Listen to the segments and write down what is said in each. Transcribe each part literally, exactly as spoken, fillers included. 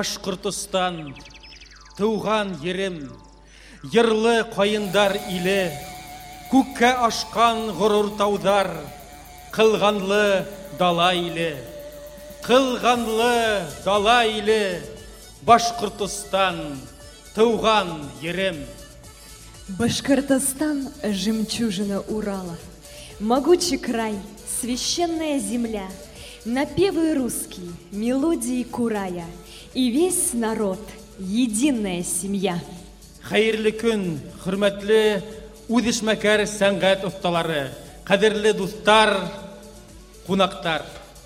Башқұртыстан, туған ерім, ерлі қойындар илі, көкке ашқан ғұрыр таудар, қылғанлы дала илі, қылғанлы дала илі, Башқұртыстан, туған ерім. Башкортостан – жемчужина Урала, могучий край, священная земля, напевы русские, мелодии курая, и весь народ – единая семья. Хайырлы күн, хөрмәтле үҙеш мәкәр сәнгать оҫталары, ҡәҙерле дуҫтар, ҡунаҡтар.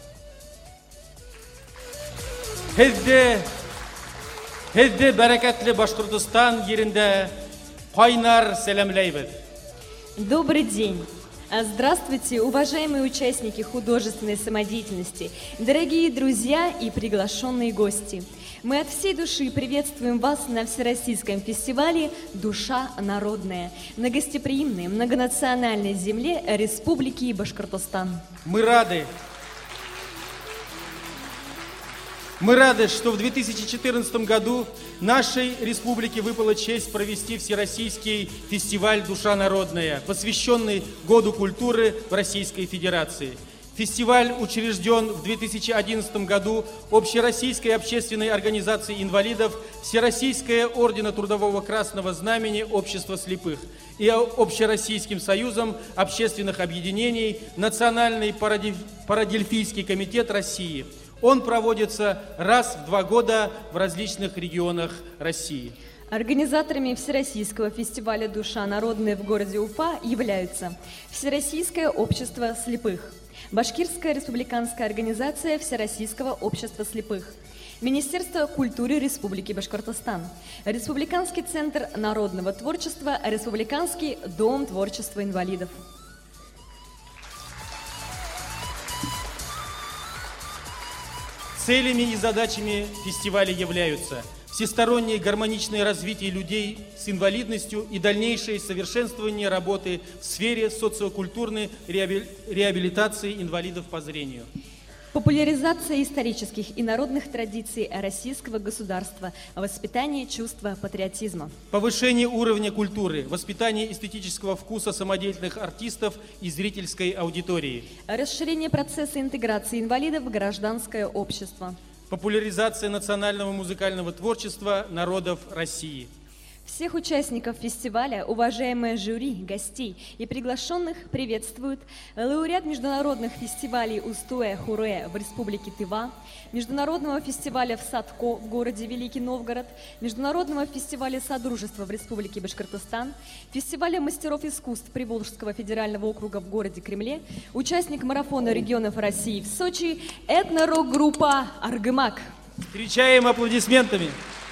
Һеҙҙе, һеҙҙе бәрәкәтле Башҡортостан ерендә ҡайнар сәләмләйбеҙ. Добрый день! Здравствуйте, уважаемые участники художественной самодеятельности, дорогие друзья и приглашенные гости. Мы от всей души приветствуем вас на Всероссийском фестивале «Душа народная» на гостеприимной многонациональной земле Республики Башкортостан. Мы рады, мы рады, что в две тысячи четырнадцатом году нашей республике выпала честь провести Всероссийский фестиваль «Душа народная», посвященный Году культуры в Российской Федерации. Фестиваль учрежден в две тысячи одиннадцатом году Общероссийской общественной организацией инвалидов, Всероссийское ордена Трудового Красного Знамени Общества слепых и Общероссийским союзом общественных объединений Национальный парадельфийский комитет России. Он проводится раз в два года в различных регионах России. Организаторами Всероссийского фестиваля «Душа народная» в городе Уфа являются Всероссийское общество слепых, Башкирская республиканская организация Всероссийского общества слепых, Министерство культуры Республики Башкортостан, Республиканский центр народного творчества, Республиканский дом творчества инвалидов. Целями и задачами фестиваля являются всестороннее гармоничное развитие людей с инвалидностью и дальнейшее совершенствование работы в сфере социокультурной реабилитации инвалидов по зрению. Популяризация исторических и народных традиций российского государства, воспитание чувства патриотизма. Повышение уровня культуры, воспитание эстетического вкуса самодеятельных артистов и зрительской аудитории. Расширение процесса интеграции инвалидов в гражданское общество. Популяризация национального музыкального творчества народов России. Всех участников фестиваля, уважаемые жюри, гостей и приглашенных приветствуют лауреат международных фестивалей Устуэ-Хуре в Республике Тыва, Международного фестиваля в Садко в городе Великий Новгород, Международного фестиваля Содружества в Республике Башкортостан, Фестиваля мастеров искусств Приволжского федерального округа в городе Кремле, участник марафона регионов России в Сочи, этно-рок-группа «Аргымак». Встречаем аплодисментами.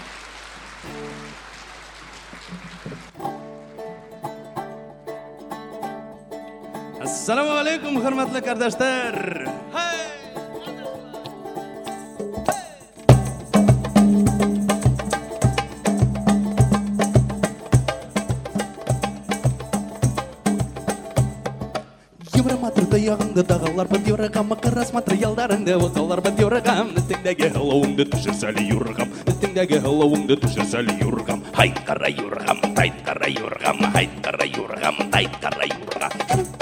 Assalamu alaikum, hurmatli qardoshlar. Евроматр таяғыңды тағалар бат еврағам, қырас материалдарыңды оқалар бат еврағам. Үстіңдегі хылауыңды түшірсәлі юрғам, үстіңдегі хылауыңды түшірсәлі юрғам. Хайт қара юрғам, тайт қара юрғам, хайт қара юрғам, тайт қара юрғам.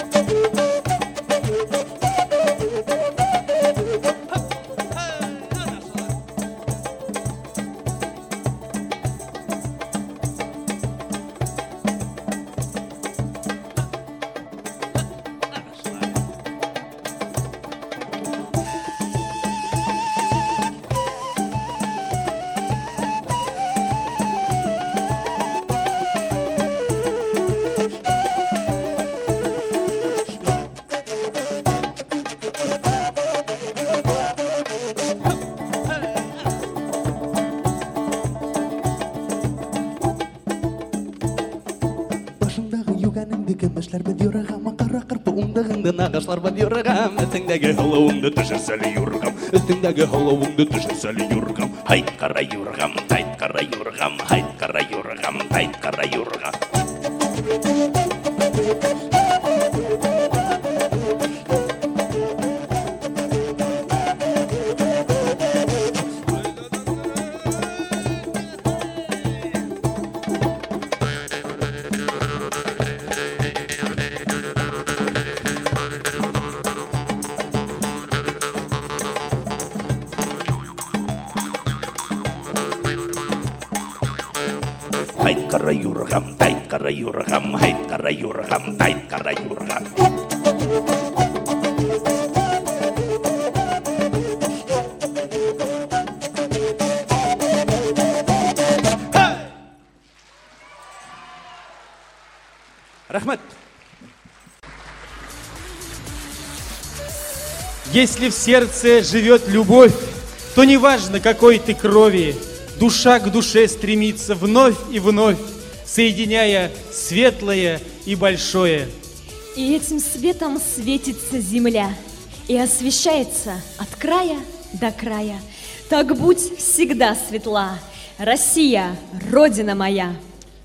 Nağaçlar var yorğam, üstündeki hılauğunda düşürsəli yorğam, üstündeki hılauğunda düşürsəli yorğam. Hayt qara yorğam, tayt qara yorğam, hayt qara yorğam, tayt qara yorğam. караюргам, тайт караюргам, хайт караюргам, тайт караюргам. Рахмат. Если в сердце живет любовь, то неважно, какой ты крови, душа к душе стремится вновь и вновь, соединяя светлое и большое. И этим светом светится земля и освещается от края до края. Так будь всегда светла, Россия, Родина моя.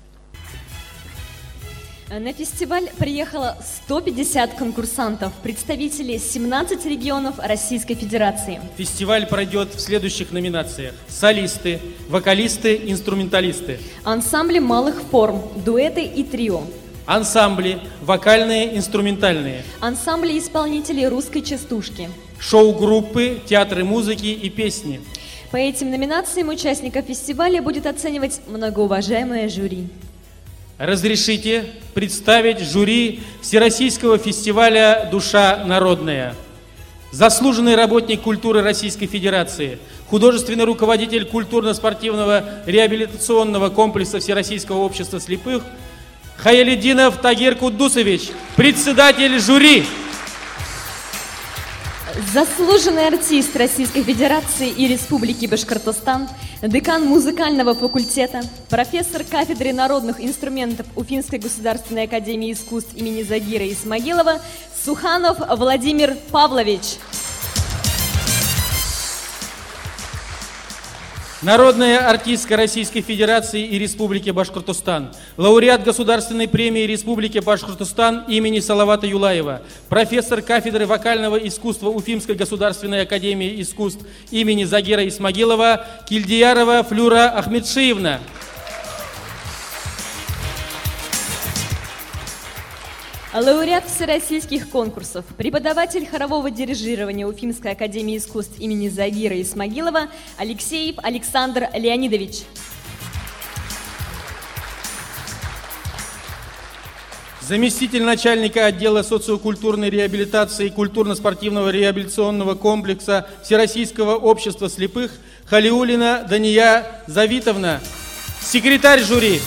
На фестиваль приехало сто пятьдесят конкурсантов, представителей семнадцати регионов Российской Федерации. Фестиваль пройдет в следующих номинациях: солисты, вокалисты, инструменталисты, Ансамбли малых форм, дуэты и трио, ансамбли, вокальные, инструментальные, ансамбли исполнителей русской частушки, шоу-группы, театры музыки и песни. По этим номинациям участников фестиваля будет оценивать многоуважаемое жюри. Разрешите представить жюри Всероссийского фестиваля «Душа народная». Заслуженный работник культуры Российской Федерации, художественный руководитель культурно-спортивного реабилитационного комплекса Всероссийского общества слепых Хаялиддинов Тагир Куддусович, председатель жюри. Заслуженный артист Российской Федерации и Республики Башкортостан, декан музыкального факультета, профессор кафедры народных инструментов Уфимской государственной академии искусств имени Загира Исмагилова Суханов Владимир Павлович. Народная артистка Российской Федерации и Республики Башкортостан, лауреат Государственной премии Республики Башкортостан имени Салавата Юлаева, профессор кафедры вокального искусства Уфимской государственной академии искусств имени Загира Исмагилова Кильдиярова Флюра Ахмедшиевна. Лауреат всероссийских конкурсов, преподаватель хорового дирижирования Уфимской академии искусств имени Загира Исмагилова Алексеев Александр Леонидович. Заместитель начальника отдела социокультурной реабилитации и культурно-спортивного реабилитационного комплекса Всероссийского общества слепых Халиуллина Дания Завитовна. Секретарь жюри.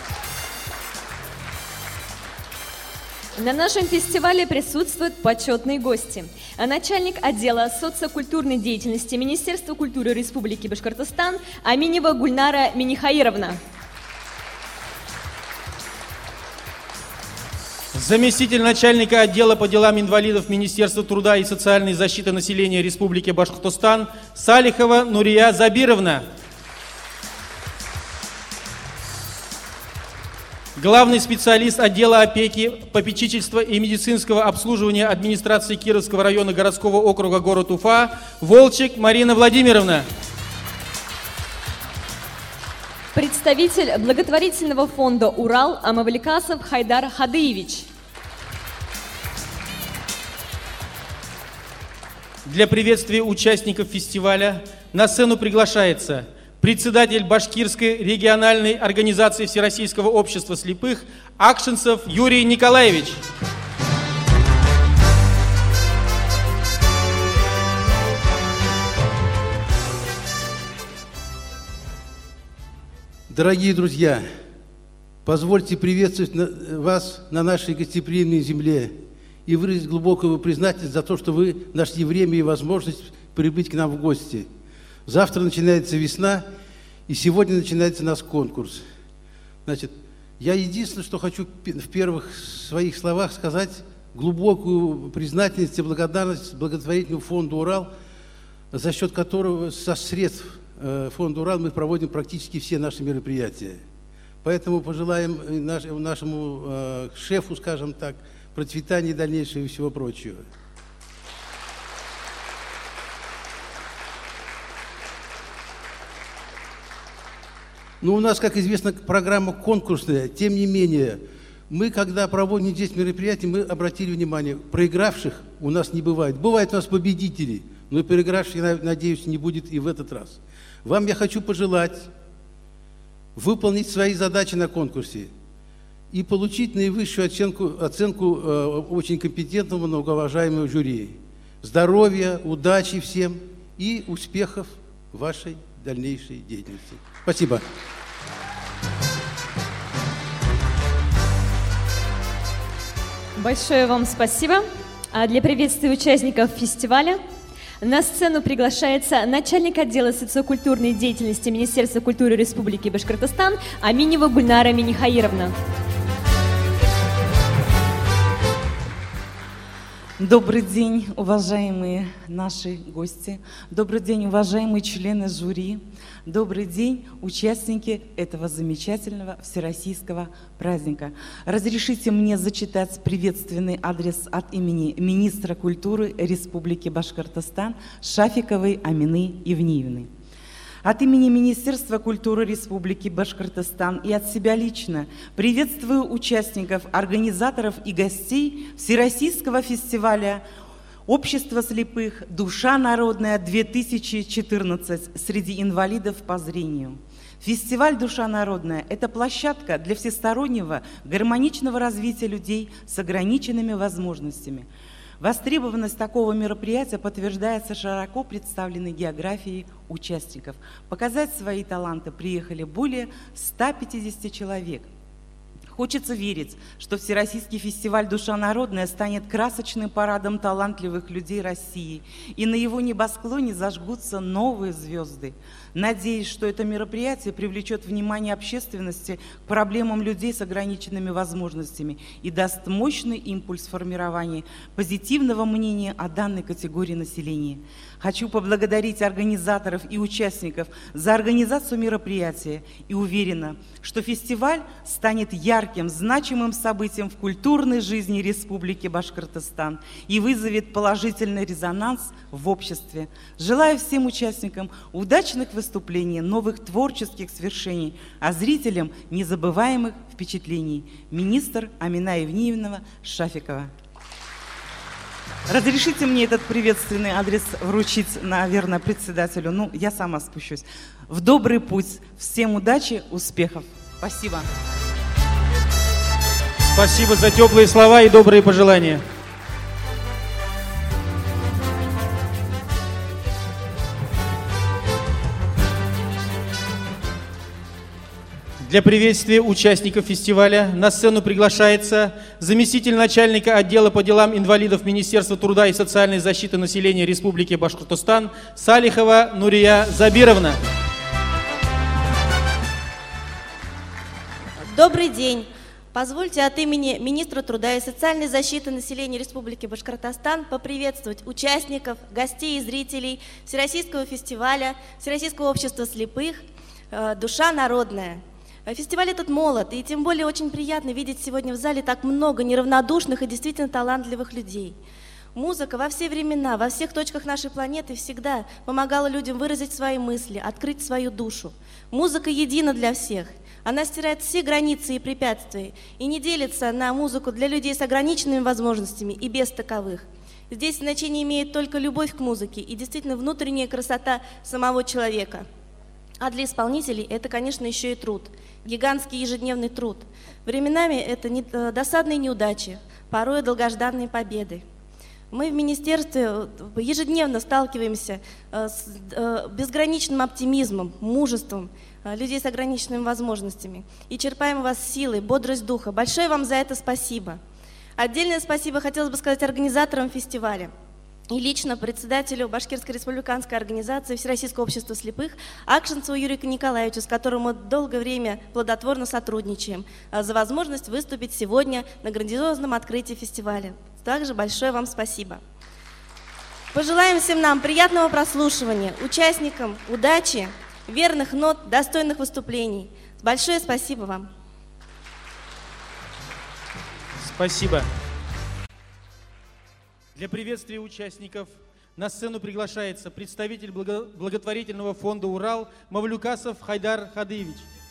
На нашем фестивале присутствуют почетные гости. Начальник отдела социокультурной деятельности Министерства культуры Республики Башкортостан Аминева Гульнара Минихаировна. Заместитель начальника отдела по делам инвалидов Министерства труда и социальной защиты населения Республики Башкортостан Салихова Нурия Забировна. Главный специалист отдела опеки, попечительства и медицинского обслуживания администрации Кировского района городского округа город Уфа Волчек Марина Владимировна. Представитель благотворительного фонда «Урал» Амавликасов Хайдар Хадыевич. Для приветствия участников фестиваля на сцену приглашается председатель Башкирской региональной организации Всероссийского общества слепых Акшинцев Юрий Николаевич. Дорогие друзья, позвольте приветствовать вас на нашей гостеприимной земле и выразить глубокую признательность за то, что вы нашли время и возможность прибыть к нам в гости. Завтра начинается весна, и сегодня начинается наш конкурс. Значит, я единственное, что хочу в первых своих словах сказать, глубокую признательность и благодарность благотворительному фонду «Урал», за счет которого со средств фонда «Урал» мы проводим практически все наши мероприятия. Поэтому пожелаем нашему шефу, скажем так, процветания дальнейшего и всего прочего. Ну, у нас, как известно, программа конкурсная. Тем не менее, мы, когда проводим здесь мероприятия, мы обратили внимание, проигравших у нас не бывает. Бывают у нас победители, но и проигравших, я надеюсь, не будет и в этот раз. Вам я хочу пожелать выполнить свои задачи на конкурсе и получить наивысшую оценку, оценку э, очень компетентного, многоуважаемого жюри. Здоровья, удачи всем и успехов в вашей дальнейшей деятельности. Спасибо. Большое вам спасибо. А для приветствия участников фестиваля на сцену приглашается начальник отдела социокультурной деятельности Министерства культуры Республики Башкортостан Аминева Гульнара Минихаировна. Добрый день, уважаемые наши гости. Добрый день, уважаемые члены жюри. Добрый день, участники этого замечательного всероссийского праздника. Разрешите мне зачитать приветственный адрес от имени министра культуры Республики Башкортостан Шафиковой Амины Евниевны. От имени Министерства культуры Республики Башкортостан и от себя лично приветствую участников, организаторов и гостей Всероссийского фестиваля «Общество слепых. Душа народная-две тысячи четырнадцать» среди инвалидов по зрению. Фестиваль «Душа народная» – это площадка для всестороннего, гармоничного развития людей с ограниченными возможностями. Востребованность такого мероприятия подтверждается широко представленной географией участников. Показать свои таланты приехали более ста пятидесяти человек. Хочется верить, что Всероссийский фестиваль «Душа народная» станет красочным парадом талантливых людей России, и на его небосклоне зажгутся новые звезды. Надеюсь, что это мероприятие привлечет внимание общественности к проблемам людей с ограниченными возможностями и даст мощный импульс формирования позитивного мнения о данной категории населения. Хочу поблагодарить организаторов и участников за организацию мероприятия и уверена, что фестиваль станет ярким, значимым событием в культурной жизни Республики Башкортостан и вызовет положительный резонанс в обществе. Желаю всем участникам удачных выступлений, новых творческих свершений, а зрителям незабываемых впечатлений. Министр Амина Евниевна Шафикова. Разрешите мне этот приветственный адрес вручить, наверное, председателю. Ну, я сама спущусь. В добрый путь. Всем удачи, успехов. Спасибо. Спасибо за теплые слова и добрые пожелания. Для приветствия участников фестиваля на сцену приглашается заместитель начальника отдела по делам инвалидов Министерства труда и социальной защиты населения Республики Башкортостан Салихова Нурия Забировна. Добрый день. Позвольте от имени министра труда и социальной защиты населения Республики Башкортостан поприветствовать участников, гостей и зрителей Всероссийского фестиваля Всероссийского общества слепых «Душа народная». Фестиваль этот молод, и тем более очень приятно видеть сегодня в зале так много неравнодушных и действительно талантливых людей. Музыка во все времена, во всех точках нашей планеты всегда помогала людям выразить свои мысли, открыть свою душу. Музыка едина для всех. Она стирает все границы и препятствия и не делится на музыку для людей с ограниченными возможностями и без таковых. Здесь значение имеет только любовь к музыке и действительно внутренняя красота самого человека. А для исполнителей это, конечно, еще и труд, гигантский ежедневный труд. Временами это не, досадные неудачи, порой долгожданные победы. Мы в министерстве ежедневно сталкиваемся с безграничным оптимизмом, мужеством людей с ограниченными возможностями и черпаем у вас силы, бодрость духа. Большое вам за это спасибо. Отдельное спасибо хотелось бы сказать организаторам фестиваля и лично председателю Башкирской республиканской организации Всероссийского общества слепых Акшинцеву Юрию Николаевичу, с которым мы долгое время плодотворно сотрудничаем, за возможность выступить сегодня на грандиозном открытии фестиваля. Также большое вам спасибо. Пожелаем всем нам приятного прослушивания, участникам удачи, верных нот, достойных выступлений. Большое спасибо вам. Спасибо. Для приветствия участников на сцену приглашается представитель благотворительного фонда «Урал» Мавлюкасов Хайдар Хадыевич.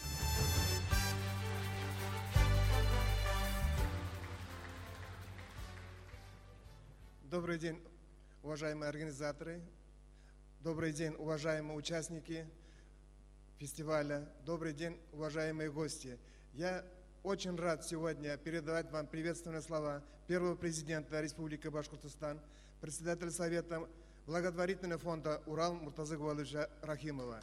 Добрый день, уважаемые организаторы. Добрый день, уважаемые участники. фестиваля. Добрый день, уважаемые гости. Я очень рад сегодня передавать вам приветственные слова первого президента Республики Башкортостан, председателя Совета благотворительного фонда «Урал» Муртаза Гуалыша Рахимова.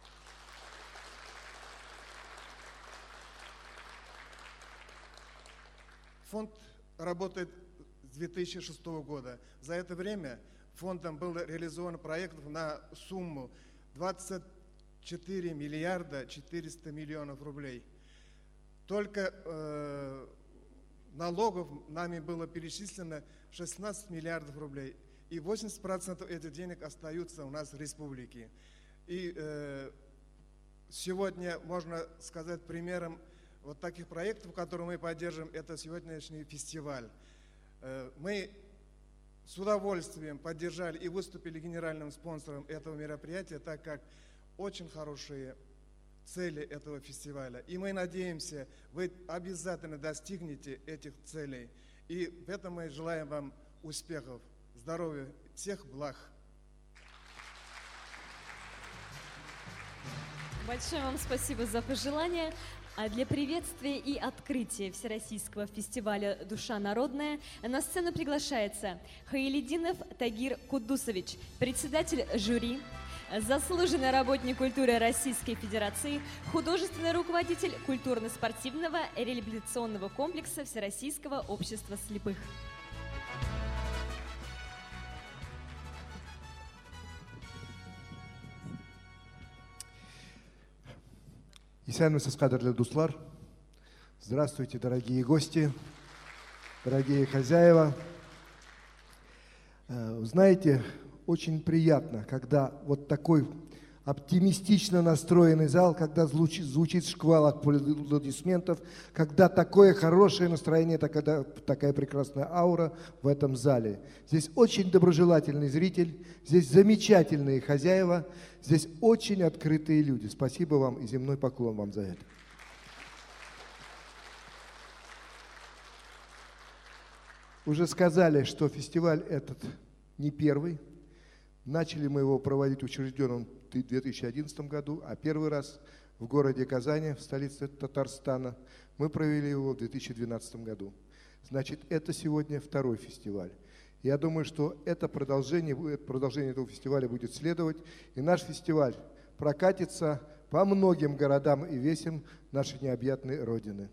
Фонд работает с две тысячи шестого года. За это время фондом был реализован проект на сумму двадцать четыре миллиарда четыреста миллионов рублей. Только э, налогов нами было перечислено шестнадцать миллиардов рублей. И восемьдесят процентов этих денег остаются у нас в республике. И э, сегодня можно сказать примером вот таких проектов, которые мы поддерживаем, это сегодняшний фестиваль. Э, мы с удовольствием поддержали и выступили генеральным спонсором этого мероприятия, так как очень хорошие цели этого фестиваля. И мы надеемся, вы обязательно достигнете этих целей. И в этом мы желаем вам успехов, здоровья, всех благ. Большое вам спасибо за пожелания. А для приветствия и открытия Всероссийского фестиваля «Душа народная» на сцену приглашается Хаилидинов Тагир Кудусович, председатель жюри, заслуженный работник культуры Российской Федерации, художественный руководитель культурно-спортивного реабилитационного комплекса Всероссийского общества слепых. Исәнмесез, кадерлі дуслар. Здравствуйте, дорогие гости, дорогие хозяева. Знаете, очень приятно, когда вот такой оптимистично настроенный зал, когда звучит, звучит шквал аплодисментов, когда такое хорошее настроение, такая, такая прекрасная аура в этом зале. Здесь очень доброжелательный зритель, здесь замечательные хозяева, здесь очень открытые люди. Спасибо вам и земной поклон вам за это. Уже сказали, что фестиваль этот не первый. Начали мы его проводить учрежденным в две тысячи одиннадцатом году, а первый раз в городе Казани, в столице Татарстана, мы провели его в две тысячи двенадцатом году. Значит, это сегодня второй фестиваль. Я думаю, что это продолжение, продолжение этого фестиваля будет следовать, и наш фестиваль прокатится по многим городам и весям нашей необъятной Родины.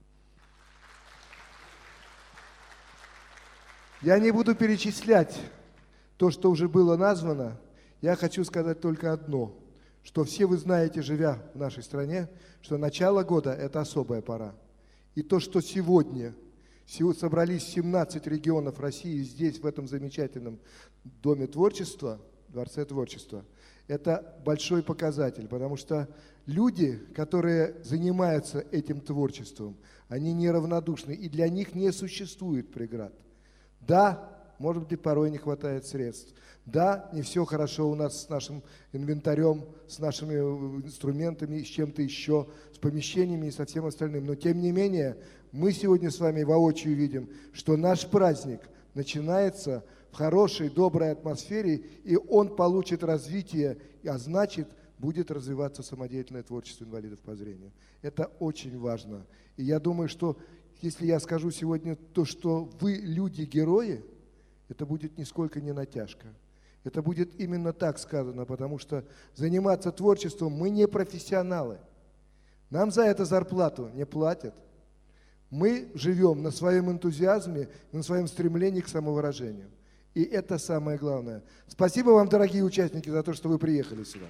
Я не буду перечислять то, что уже было названо. Я хочу сказать только одно, что все вы знаете, живя в нашей стране, что начало года – это особая пора. И то, что сегодня собрались семнадцать регионов России здесь, в этом замечательном Доме творчества, Дворце творчества, это большой показатель, потому что люди, которые занимаются этим творчеством, они неравнодушны, и для них не существует преград. Да, может быть, порой не хватает средств. Да, не все хорошо у нас с нашим инвентарем, с нашими инструментами, с чем-то еще, с помещениями и со всем остальным. Но тем не менее, мы сегодня с вами воочию видим, что наш праздник начинается в хорошей, доброй атмосфере, и он получит развитие, а значит, будет развиваться самодеятельное творчество инвалидов по зрению. Это очень важно. И я думаю, что если я скажу сегодня то, что вы люди-герои, это будет нисколько не натяжка. Это будет именно так сказано, потому что заниматься творчеством мы не профессионалы. Нам за это зарплату не платят. Мы живем на своем энтузиазме, на своем стремлении к самовыражению. И это самое главное. Спасибо вам, дорогие участники, за то, что вы приехали сюда.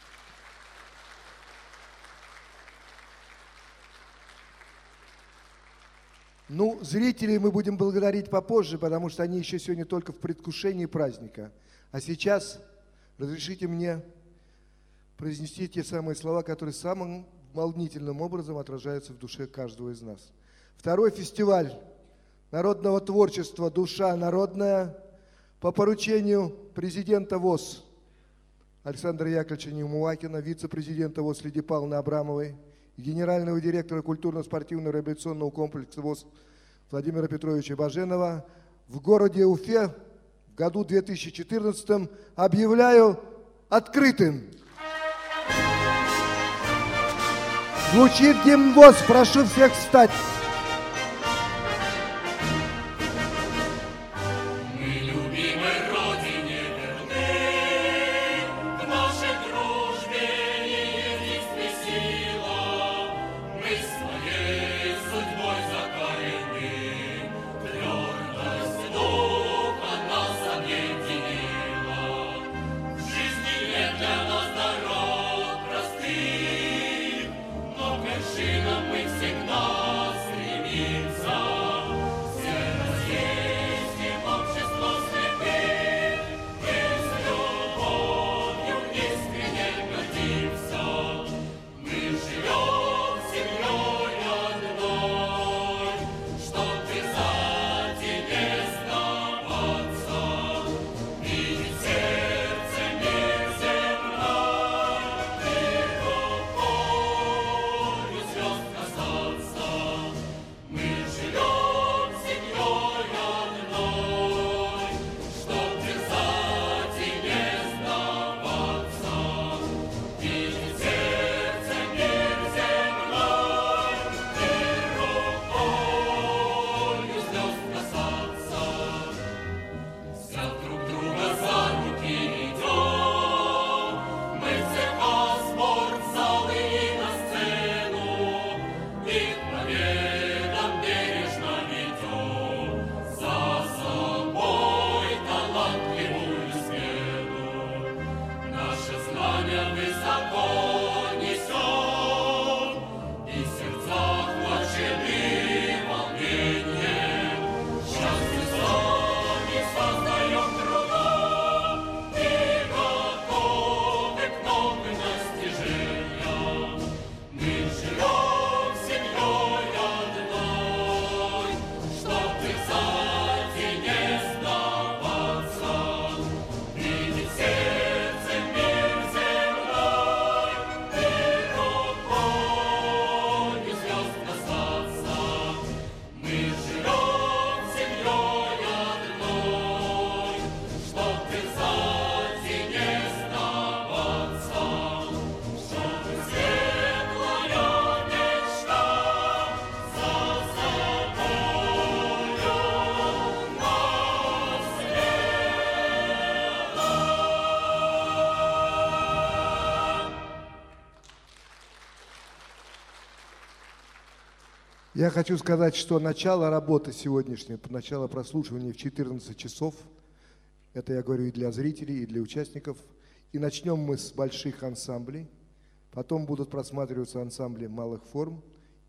Ну, зрителей мы будем благодарить попозже, потому что они еще сегодня только в предвкушении праздника. А сейчас разрешите мне произнести те самые слова, которые самым волнительным образом отражаются в душе каждого из нас. Второй фестиваль народного творчества «Душа народная» по поручению президента ВОС Александра Яковлевича Неумывакина, вице-президента ВОС Лидии Павловны Абрамовой и генерального директора культурно-спортивного реабилитационного комплекса ВОС Владимира Петровича Баженова в городе Уфе в году две тысячи четырнадцатом объявляю открытым. Звучит гимн ВОС. Прошу всех встать. Я хочу сказать, что начало работы сегодняшней, начало прослушивания в четырнадцать часов, это я говорю и для зрителей, и для участников. И начнем мы с больших ансамблей, потом будут просматриваться ансамбли малых форм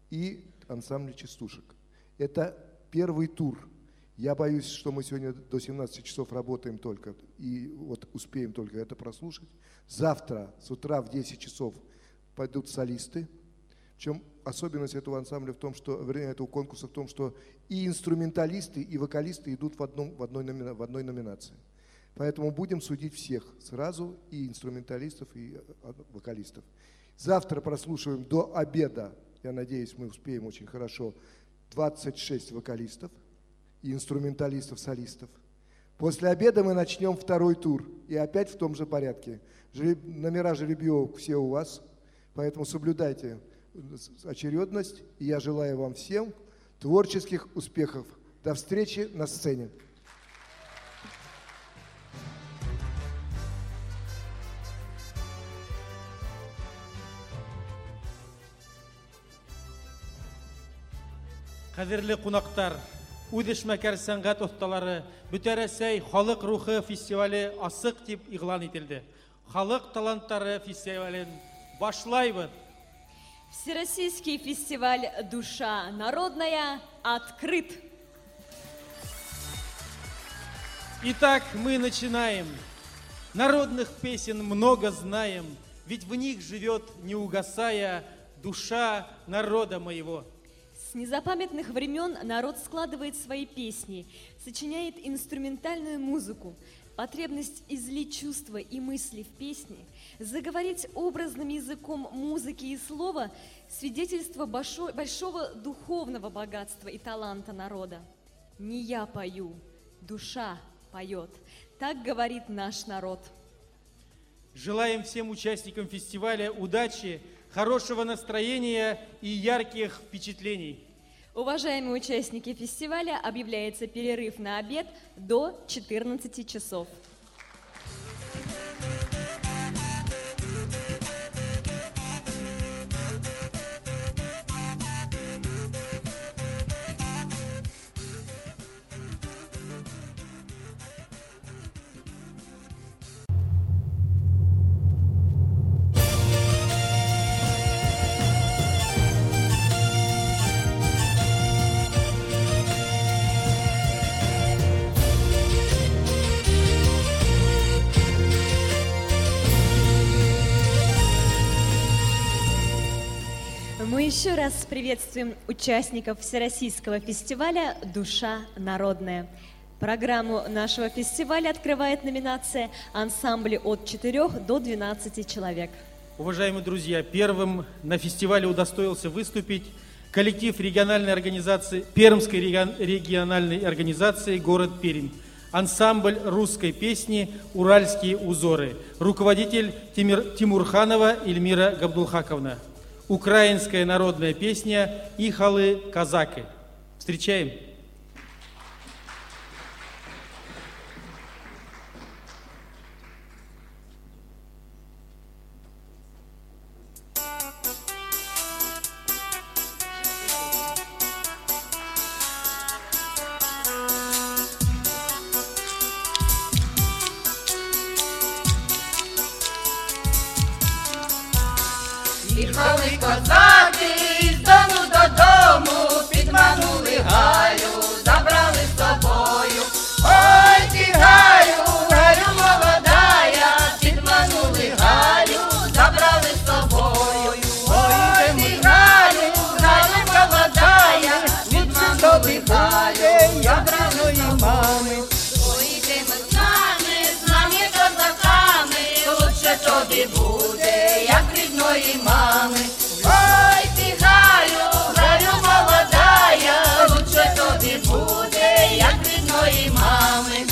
и ансамбли частушек. Это первый тур. Я боюсь, что мы сегодня до семнадцати часов работаем только, и вот успеем только это прослушать. Завтра с утра в десять часов пойдут солисты. Причем особенность этого ансамбля в том, что, вернее, этого конкурса в том, что и инструменталисты, и вокалисты идут в, одном, в, одной, номина, в одной номинации. Поэтому будем судить всех сразу, и инструменталистов, и вокалистов. Завтра прослушиваем до обеда, я надеюсь, мы успеем очень хорошо, двадцать шесть вокалистов и инструменталистов, солистов. После обеда мы начнем второй тур, и опять в том же порядке. Жереб... Номера жеребьевок все у вас, поэтому соблюдайте очередность, и я желаю вам всем творческих успехов. До встречи на сцене. Кадерле кунактар, үз эшмәкәр сәнгать осталары Бөтәрәсәй халык рухы фестивале асык дип игълан ителде. Халык талантлары фестивален башлайбыз. Всероссийский фестиваль «Душа народная» открыт. Итак, мы начинаем. Народных песен много знаем, ведь в них живет, не угасая, душа народа моего. С незапамятных времен народ складывает свои песни, сочиняет инструментальную музыку. Потребность излить чувства и мысли в песне, заговорить образным языком музыки и слова – свидетельство большого, большого духовного богатства и таланта народа. Не я пою, душа поет. Так говорит наш народ. Желаем всем участникам фестиваля удачи, хорошего настроения и ярких впечатлений. Уважаемые участники фестиваля, объявляется перерыв на обед до четырнадцати часов. Мы еще раз приветствуем участников Всероссийского фестиваля «Душа народная». Программу нашего фестиваля открывает номинация «Ансамбли от четырёх до двенадцати человек». Уважаемые друзья, первым на фестивале удостоился выступить коллектив региональной организации, Пермской региональной организации «Город Пермь». Ансамбль русской песни «Уральские узоры». Руководитель Тимир, Тимурханова Эльмира Габдулхаковна. Украинская народная песня «Ихалы казаки». Встречаем. Їхали козаки з дому додому, підманули Галю, забрали з собою. Ой, ти Галю, Галю молодая, підманули Галю, забрали з собою. Ой, ти Галю, Галю молодая, підманули Галю, забрали з мами. Ой, йдемо з нами, з нами козаками, лучше тобі буде, як рідної мами. Ой, ти Галю, Галю молодая, лучше тобі буде, як рідної мами.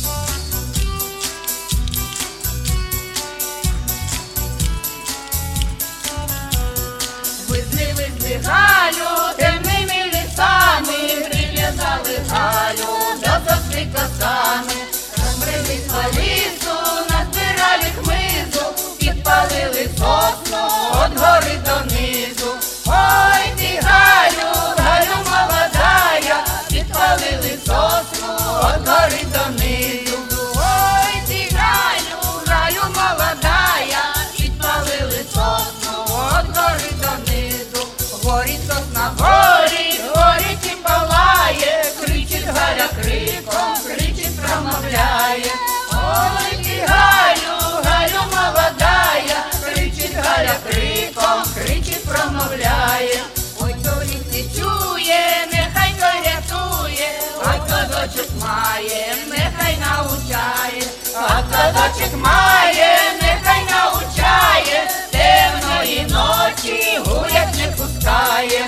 Везли, везли Галю темними лісами, прив'язали Галю до сосни косами. Розбрели по лісу, назбирали хмизу, підпалили сосну от гори донизу. Ой, ти Галю, Галю молодая, підпалили сосну от гори донизу. Ой, ти Галю, Галю молодая, підпалили сосну от гори донизу. Горить сосна, горить, горить і палає, кричить Галя криком, кричить, промовляє. Ой, ти Галю, Галю молодая, кричить Галя криком, кричить, промовляє. Ой, хто ліс не чує, нехай той рятує, а хто дочок має, нехай научає, а хто дочок має, нехай научає, темної ночі гулять не пускає.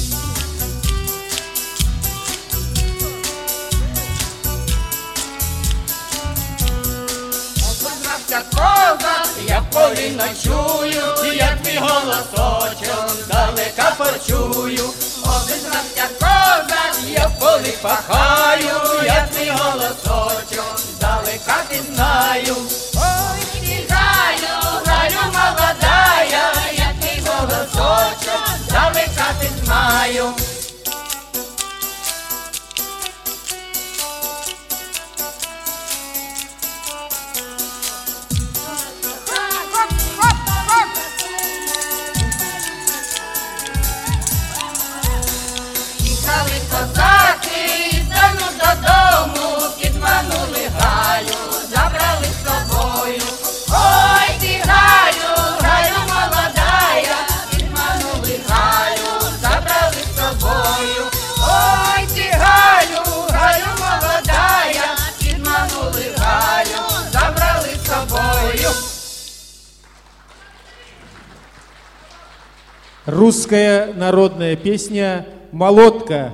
Познався козак, я в полі ночую, я твій голосочок здалека почую. Обізнався козак, я в полі пахаю, я твій голосочок здалека пізнаю. Ой, ти Галю, Галю молодая, я твій голосочок здалека пізнаю. Їхали козаки з дому додому, підманули Галю, забрали з собою. Ой, ти Галю, Галю молодая, підманули Галю, забрали з собою. Ой, ти Галю, Галю молодая, підманули Галю, забрали з собою. Русская народная песня «Молотка».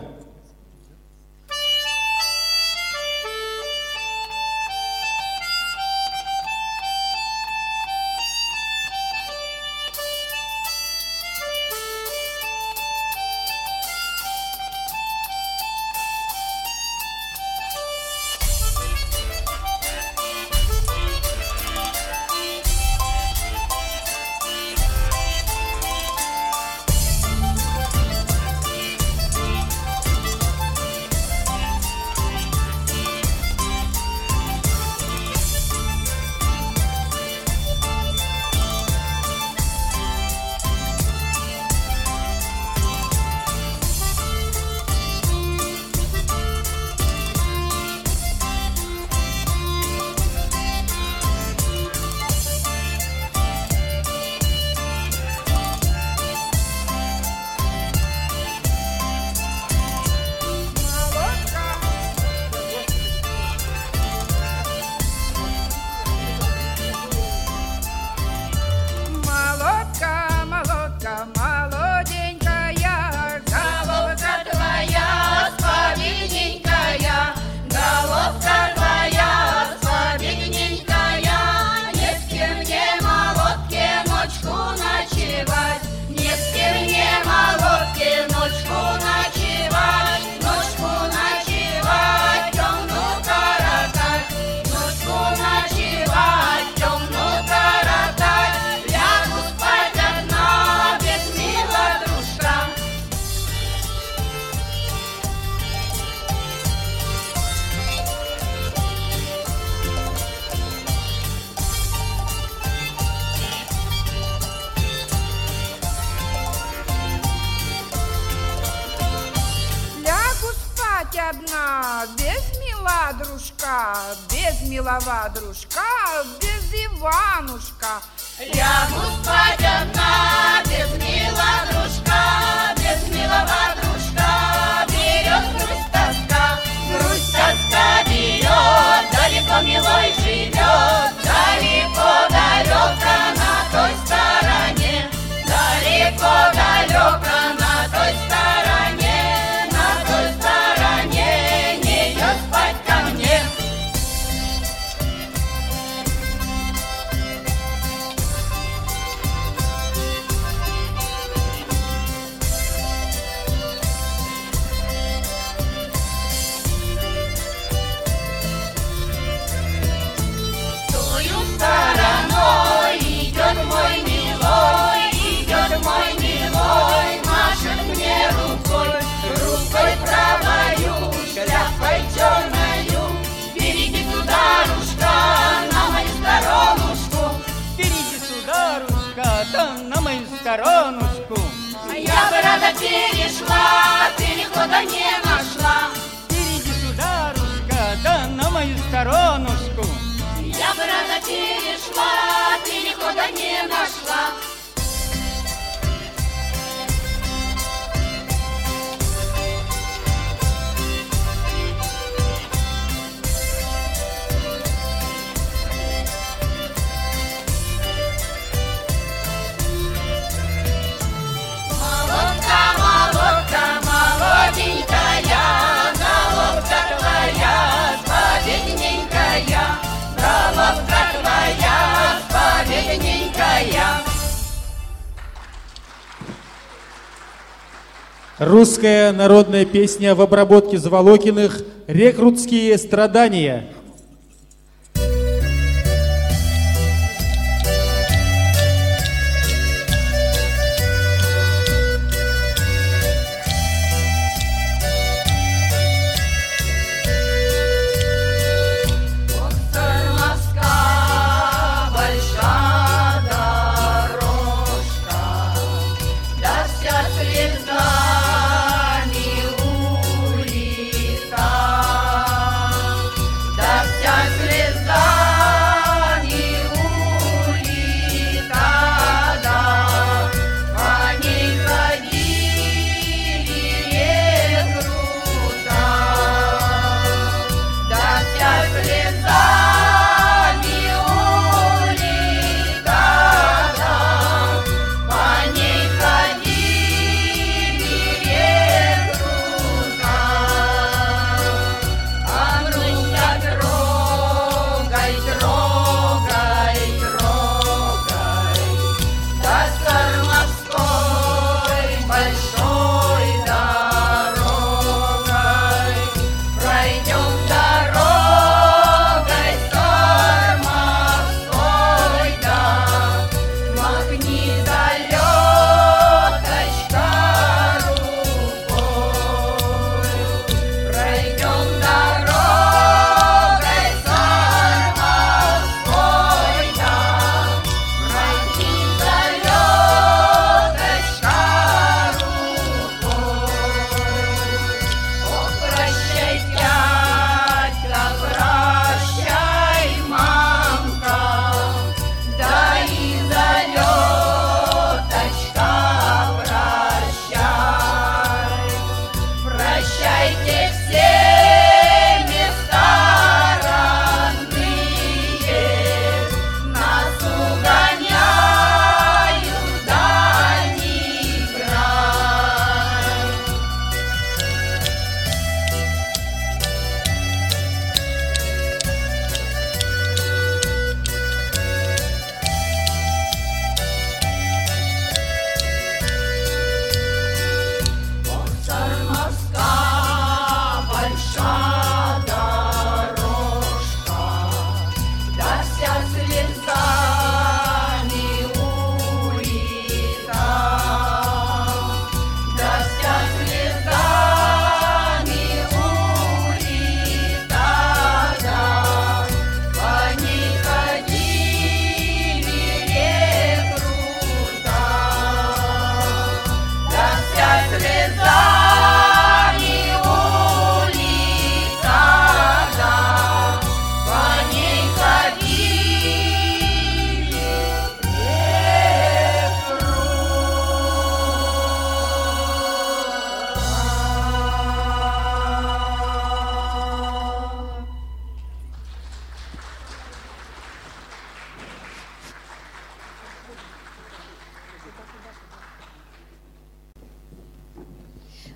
без милого дружка, без Иванушка. Лягу спать одна, без милого дружка, без милого дружка. Берет грусть тоска, грусть тоска берет, далеко милой живет, далеко далеко на той стороне, далеко далеко на той стороне, на той стороне не идет спать ко мне. Стороной идет мой милой, идет мой милой, машет мне рукой, рукой правою, шляпой черною. Берите, сударушка, на мою сторонушку, берите, сударушка, да на мою сторонушку. Я бы рада перешла, перехода не нашла. Берите, сударушка, да на мою сторонушку. Я бы рада перешла, перехода не нашла. Молодка, молодка, молоденькая, головка твоя, победненькая. Головка твоя, победненькая. Русская народная песня в обработке Заволокиных «Рекрутские страдания». Да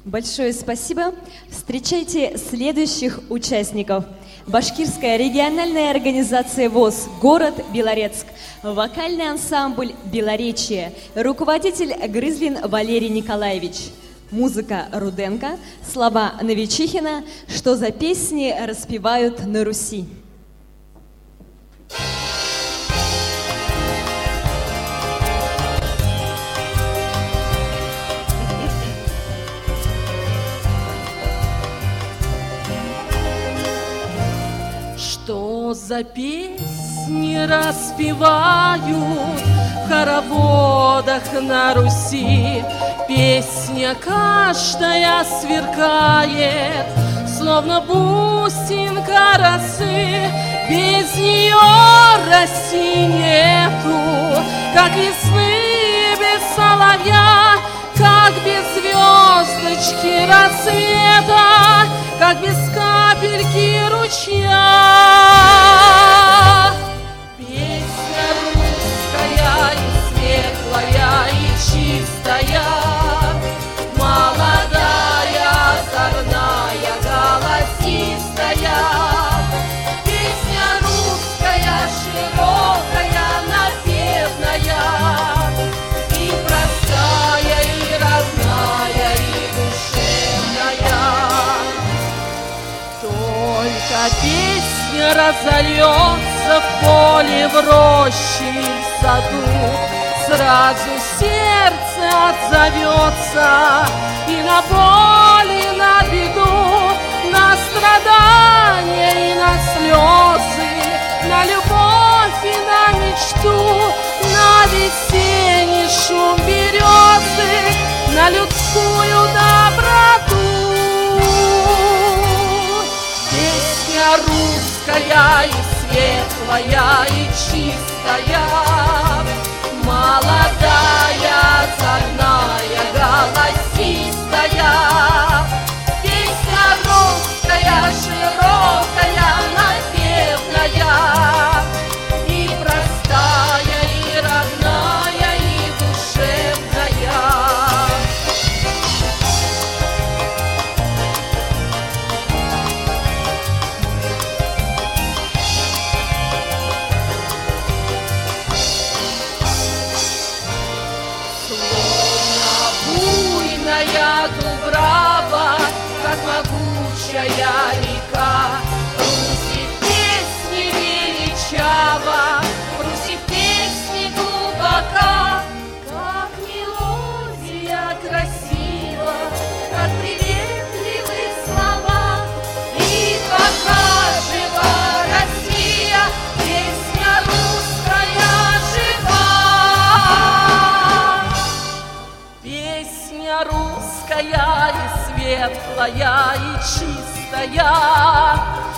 Большое спасибо. Встречайте следующих участников. Башкирская региональная организация ВОС, город Белорецк, вокальный ансамбль «Белоречие», руководитель Грызлин Валерий Николаевич. Музыка Руденко, слова Новичихина, что за песни распевают на Руси. Что за песни распевают в хороводах на Руси? Песня каждая сверкает, словно бусинка росы. Без нее России нету, как весны без соловья, как без звездочки рассвета, как без капельки ручья. Песня русская и светлая и чистая, молодая, озорная, голосистая. Песня русская, широкая, напевная, и простая, и родная, и душевная. Только песня разольется в поле, в роще и в саду, сразу сердце отзовется и на боль, и на беду, на страдания и на слезы, на любовь и на мечту, на весенний шум березы, на людскую доброту. Песня русская и светлая и чистая, молодая, озорная, голосистая. Песня русская, широкая, напевная, и простая, и родная, и душевная. Дубрава, как могучая река, Руси в песне величава, Руси в песне глубока, как мелодия красива, как приветливые слова, и пока жива Россия, песня русская жива. Песня русская и светлая, и чистая,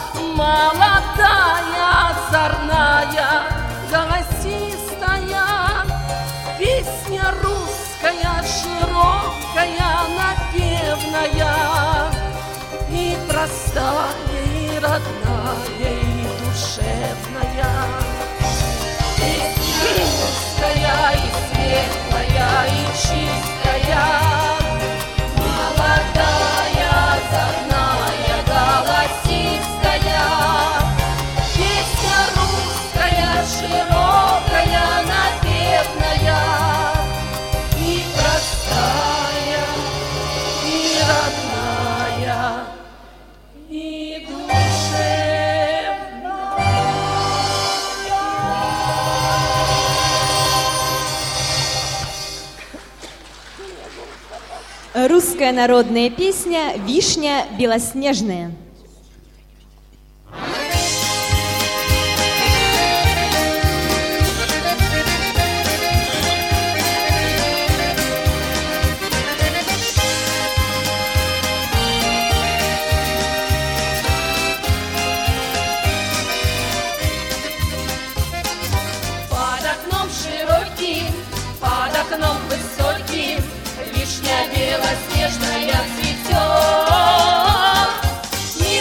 молодая, озорная, голосистая. Песня русская, широкая, напевная, и простая, и родная, и душевная. Песня русская и светлая, и чистая, молодая, озорная, голосистая. Песня русская, широкая, напевная, и простая, и родная, и душевная. Русская народная песня «Вишня белоснежная». Под окном широким, под окном высоким, вишня белоснежная цветет.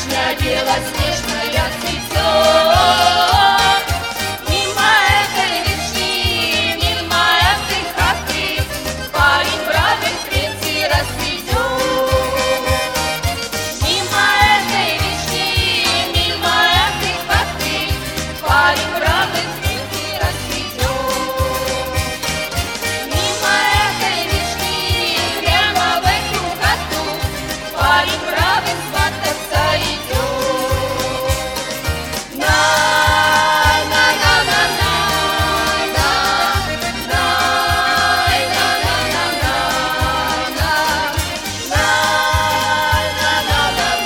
башня белоснежная цветет. Мимо этой вишни, мимо этой хаты парень бравый в принце расцветет. Мимо этой вишни, мимо этой хаты парень бравый в принце расцветет. Мимо этой вишни, прямо в эту хату парень бравый свататься идет. На, на, на, на, на, на, на, на, на, на, на, на, на, на, на,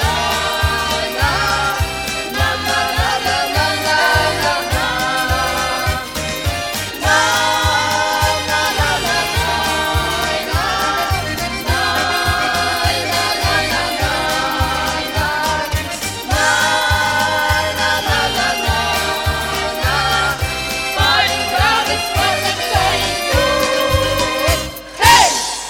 парень бравый свататься идет. Хей!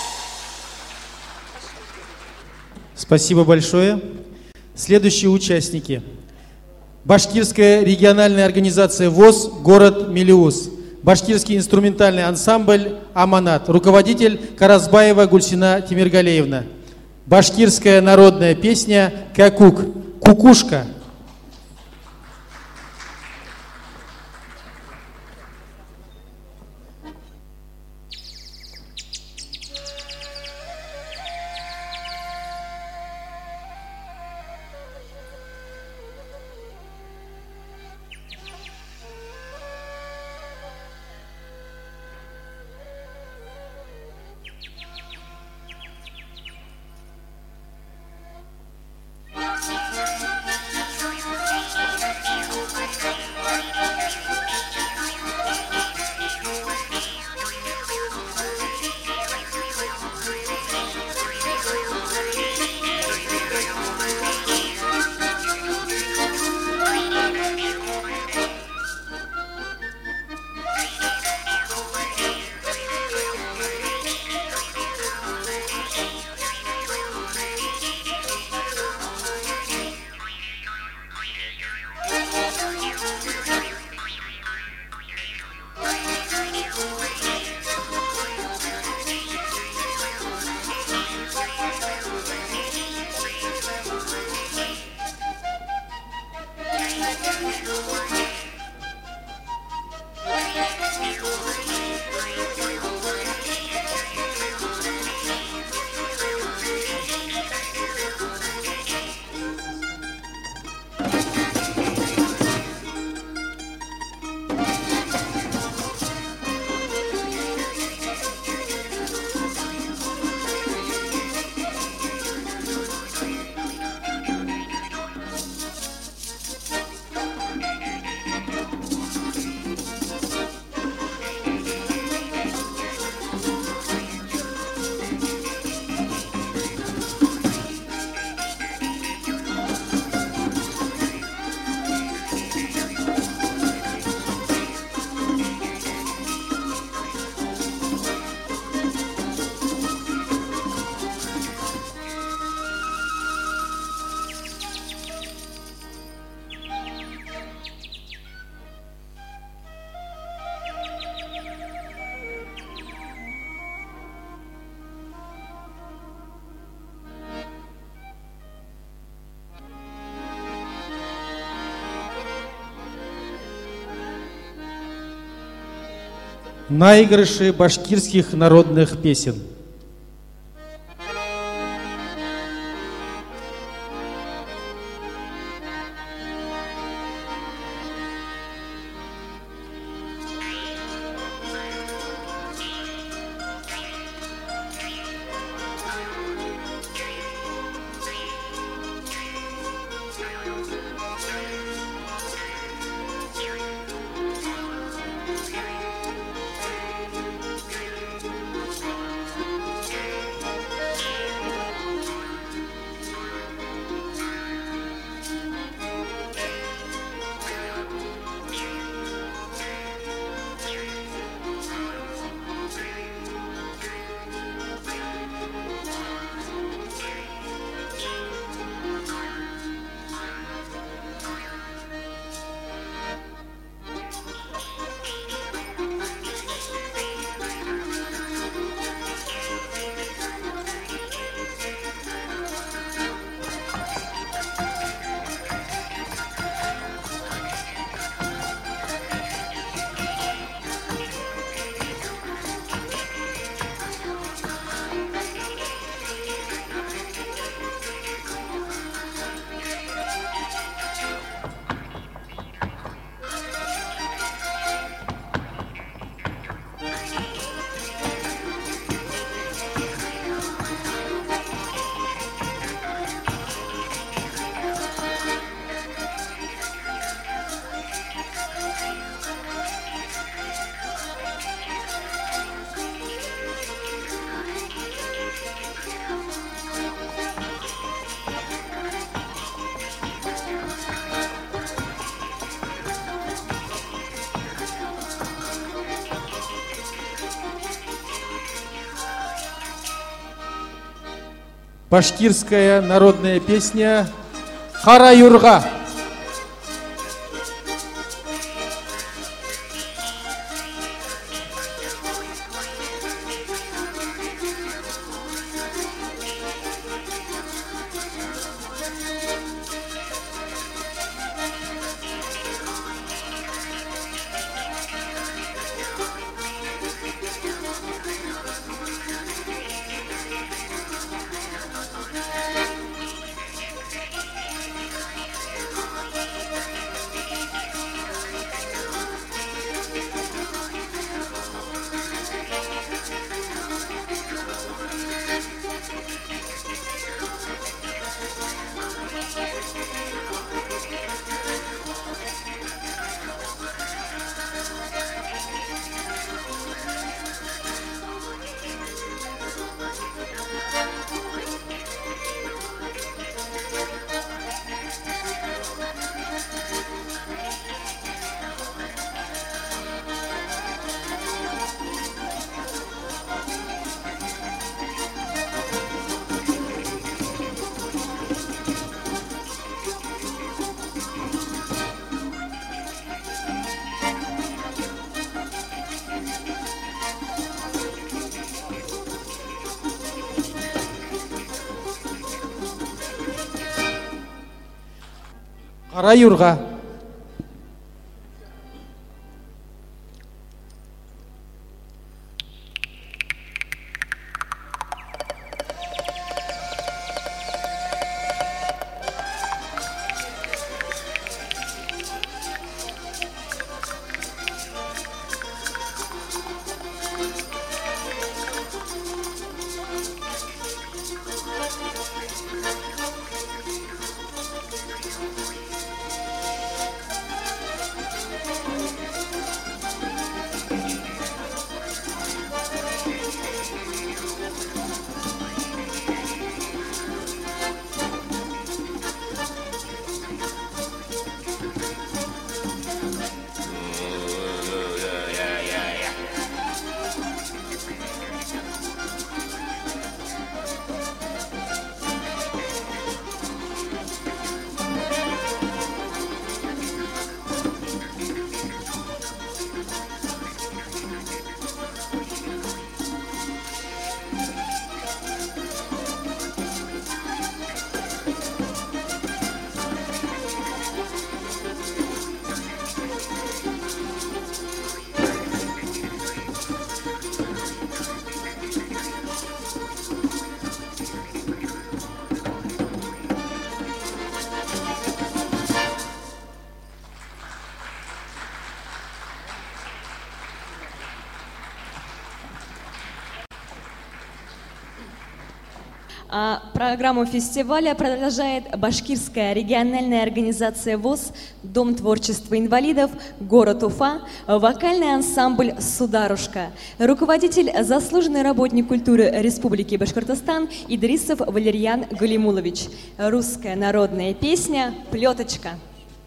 Спасибо большое. Следующие участники. Башкирская региональная организация ВОС, город Мелеуз. Башкирский инструментальный ансамбль «Аманат». Руководитель Каразбаева Гульсина Тимиргалеевна. Башкирская народная песня «Какук». Кукушка. Наигрыши башкирских народных песен. башкирская народная песня «Кара юрга». Кара юрга. А программу фестиваля продолжает башкирская региональная организация ВОС, Дом творчества инвалидов, город Уфа, вокальный ансамбль «Сударушка», руководитель, заслуженный работник культуры Республики Башкортостан Идрисов Валерьян Галимулович. Русская народная песня «Плеточка».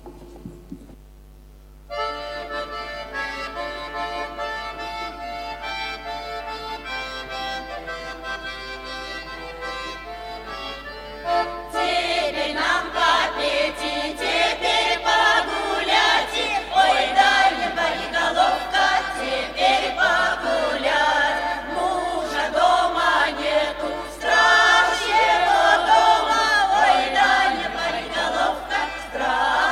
Теперь нам попеть и теперь погулять, ой, дальняя париголовка, теперь погулять. Мужа дома нету, страх его дома, ой, дальняя париголовка, страх.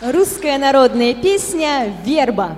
Русская народная песня «Верба».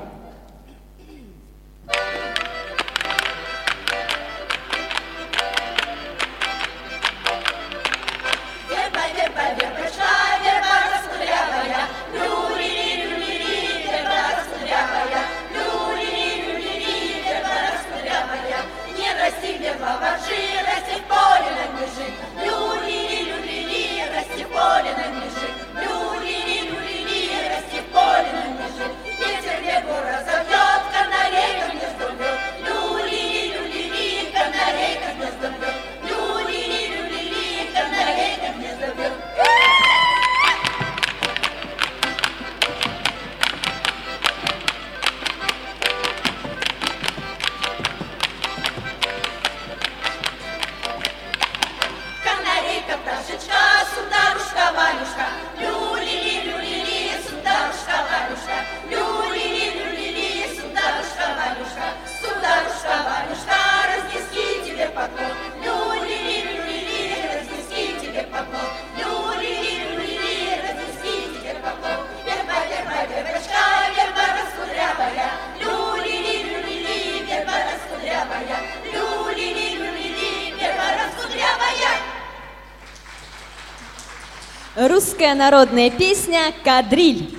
Русская народная песня «Кадриль».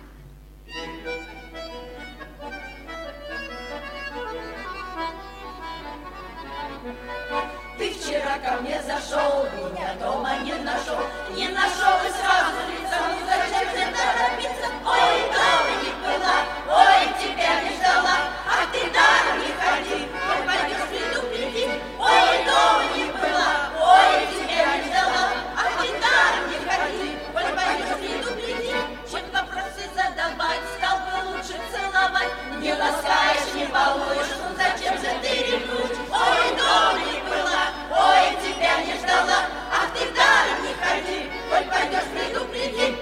Ты вчера ко мне зашел, меня дома не нашел, не нашел и сразу лица, ну зачем же торопиться? Ой, дома не была, ой, тебя не ждала, а ты даром не ходи, хоть пойдешь предупреди. Ой, дома не была, ой, тебя не ждала, а ты даром не ходи, хоть пойдешь предупреди. Хоть вопросы задавать, стал бы лучше целовать, не ласкаешь, не балуешь, ну зачем же ты ревнуешь? Ой, дома не была, ой, тебя не ждала, а ты даром не ходи, хоть пойдешь предупреди.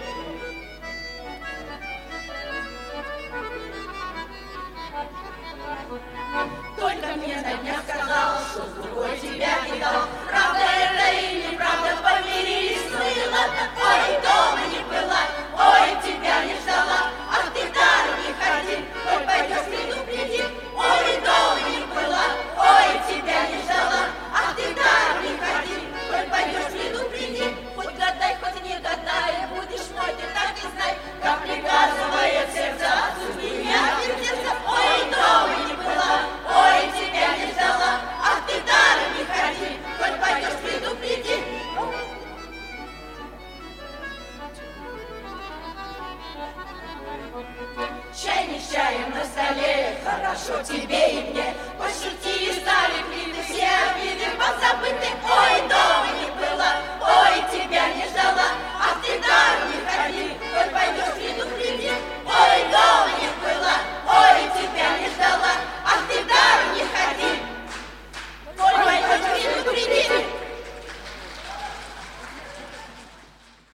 Только мне на днях сказал, что с другой тебя видал. Правда это и неправда, помирились, ну и ладно. Ой, дома не была, ой, тебя не ждала, а ты даром не ходи, хоть пойдешь предупреди. Ой, дома не была, ой, тебя не ждала, а ты даром не ходи, хоть пойдешь предупреди. Хоть гадай, хоть не гадай, будешь мой, ты так и знай, как приказывает сердце отцу меня сердце. Ой, дома не была, ой, тебя не ждала, а ты даром не ходи, хоть пойдешь предупреди. Чай не с чаем на столе, хорошо тебе и мне,